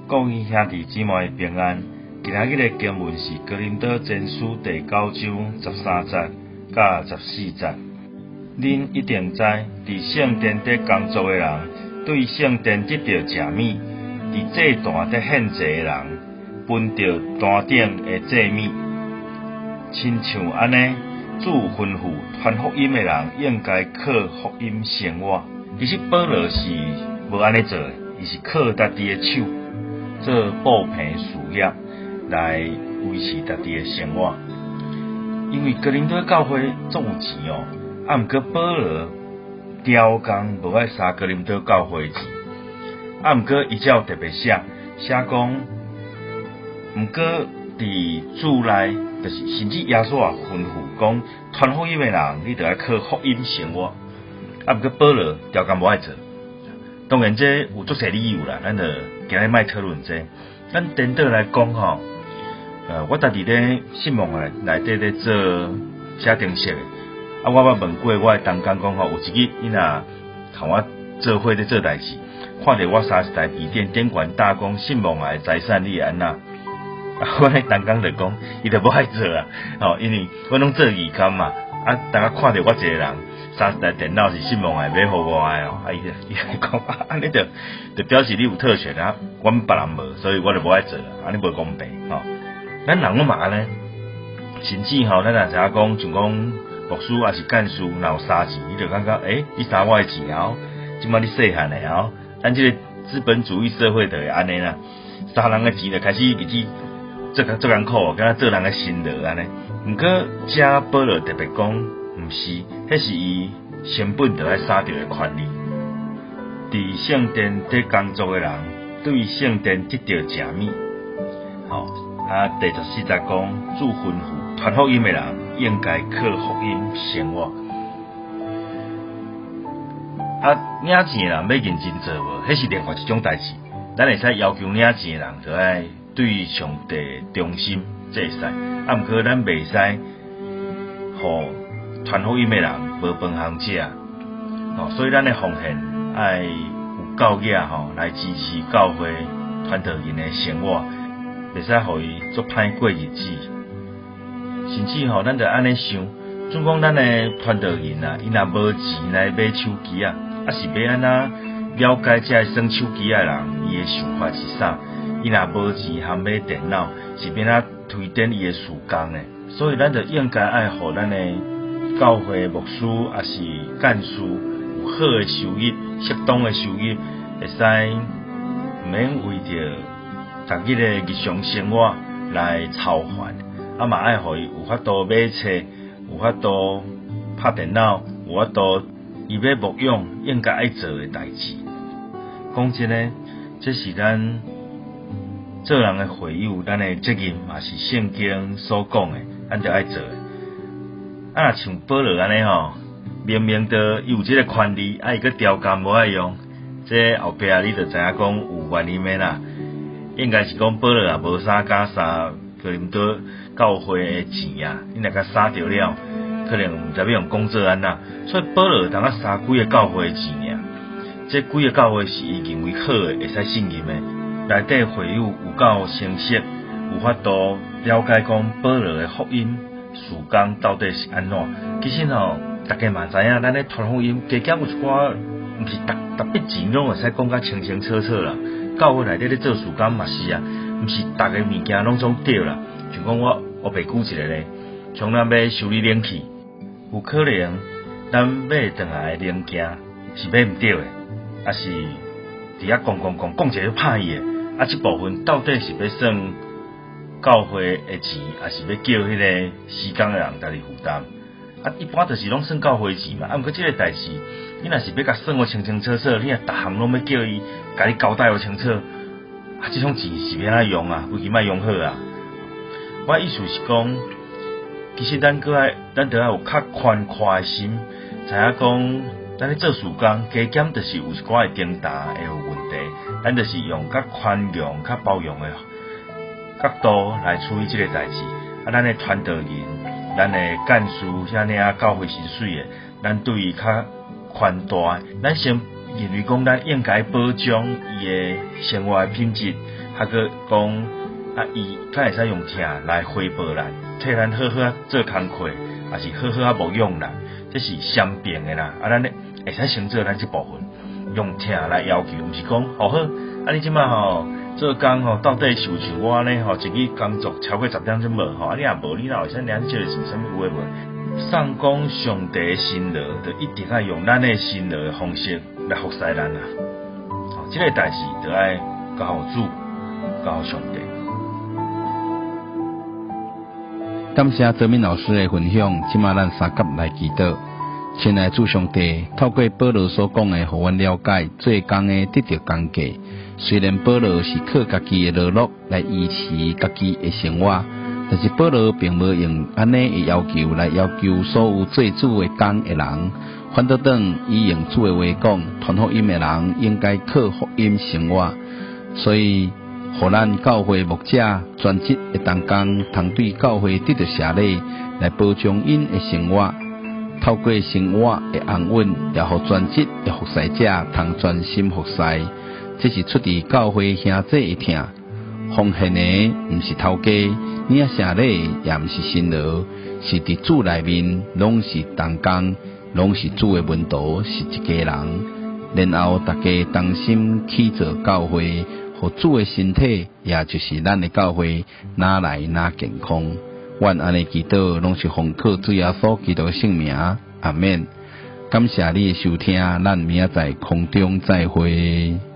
各位兄弟姊妹平安。今仔日的经文是哥林多前书第9章13节甲14节。恁一定知，伫圣殿底工作的人，对圣殿得到食米；伫祭坛底献祭的人，分着坛顶的祭米。亲像安尼，主吩咐传福音的人应该靠福音生活。其实保罗是无安尼做的，伊是靠家己的手做布片事业来维持家己的生活。因为哥林多教会足有钱哦，毋过保罗雕工无爱杀哥林多教会钱，毋过伊才有特别写讲，毋过伫主内，就是甚至耶稣也吩咐讲，传福音的人你着爱靠福音生活。毋过保罗雕工无爱做。当然这有足侪理由啦，咱就今日莫讨论这。咱颠倒来讲吼，我家己咧信望内底咧做写定式的，我捌问过我的同工讲吼，有一日伊若同我做伙咧做代志，看着我30台笔电点管大讲信望的财产你会安那？我迄同工就讲，伊就无爱做啊，因为我拢做义工嘛，大家看着我一个人。30台电脑是信望来买互我的哦，伊讲安尼就表示你有特权啊，我们别人无，所以我就无爱做啦，安尼无公平吼。咱人我嘛安尼，甚至吼，咱若知影讲，像讲牧师也是干事，若有杀钱，你就感觉你杀我的钱哦，即摆你细汉的哦，咱即个资本主义社会就会安尼啦，杀人的钱就开始日子做艰苦，敢若做人的辛劳安尼。毋过遮保罗特别讲。毋是，迄是伊成本就爱杀掉的权利。伫圣殿底工作的人，对圣殿得到食米。第14节讲，主吩咐传福音的人应该靠福音生活。领钱的人要认真做无，迄是另外一种代志。咱会使要求领钱的人，就爱对上帝忠心，这会使。毋过咱袂使，传福音的人无饭通食，所以咱的奉献爱有够额来支持教会传道人的生活，袂使互伊足歹过日子。甚至咱就安尼想，总讲咱的传道人啊，伊若无钱来买手机啊，是要安怎了解这耍手机的人伊的想法是啥？伊若无钱通买电脑，是要安怎推展伊的事工呢？所以咱就应该爱互咱的教会牧师也是干事有好的收入，适当的收入，会使毋免为着家己的日常生活来操烦，嘛爱互伊有法度买册，有法度拍电脑，有法度伊要牧养应该爱做的代志。讲真呢，这是咱做人的会友，咱的责任，也是圣经所讲的，咱就爱做的。若像保罗安尼明明就有这个权利，伊个雕工无爱用，这后壁你就知影讲有原因的啦。应该是讲保罗也无啥敢杀哥林多教会的钱啊，你若甲杀掉了，可能毋知要用工作安那，所以保罗当杀几个教会的钱尔。这几个教会是伊认为好的，会使信任的，内底会友有够清晰，有法度了解讲保罗的福音。事工到底是安怎？其实大家嘛知影，咱咧传福音，加减有一寡，毋是特别钱拢会使讲甲清清楚楚啦。教会内底咧做事工嘛是啊，毋是逐个物件拢总对啦。像讲我白举一个咧，像咱要修理冷气，有可能咱买转来的零件是买毋对的，啊是伫遐讲一个歹伊的，这部分到底是要算教会的钱，还是要叫迄个施工的人家己负担？一般就是拢算教会钱嘛。毋过这个代志，你若是要甲算个清清楚楚，你若逐项拢要叫伊甲你交代清楚，这种钱是要安怎用啊？规矩莫用好啊！我意思是讲，其实咱就要有较宽阔的心，知影讲咱咧做事工，加减就是有一寡会重大会有问题，咱就是用较宽容、较包容的角度来处理这个代志。咱的传道人、咱的干事、遐尔教会薪水的，咱对伊较宽大，咱先认为讲咱应该保障伊的生活的品质， 佫讲伊敢会使用听来回报咱，替咱好好做工课，也是好好牧养咱，这是相并的啦。咱咧会使成做咱这部分，用听来要求，毋是讲好，你即马做工到底是有像我呢一日工作超过10点钟无你也无，你哪会使了解是啥物有诶无？上讲上帝的辛劳，就一定要用咱的辛劳的方式来服侍咱啦。这个代志就爱交主，交上帝。 感谢泽明老师的分享，即马咱三甲来祈祷。亲爱的主上帝，透过保罗所讲的，互阮了解做工的得到工价。虽然保罗是靠家己的劳碌来维持家己的生活，但是保罗并无用安尼的要求来要求所有做主的工的人，反倒等伊用主的话讲，传福音的人应该靠福音生活。所以，互咱教会牧者专职的同工，通对教会得到谢礼，来保障因的生活。透过生活的安稳，也互专职的服侍者通专心服侍。这是出自教会兄弟的听。奉献的毋是头家，领谢礼也毋是辛劳，是伫主内面，拢是同工，拢是主的门徒，是一家人。然后大家同心起造教会，互主的身体，也就是咱的教会，哪来哪健康。愿安尼祈祷，拢是奉靠主耶稣基督的圣名，阿免。感谢你的收听，咱明仔载空中再会。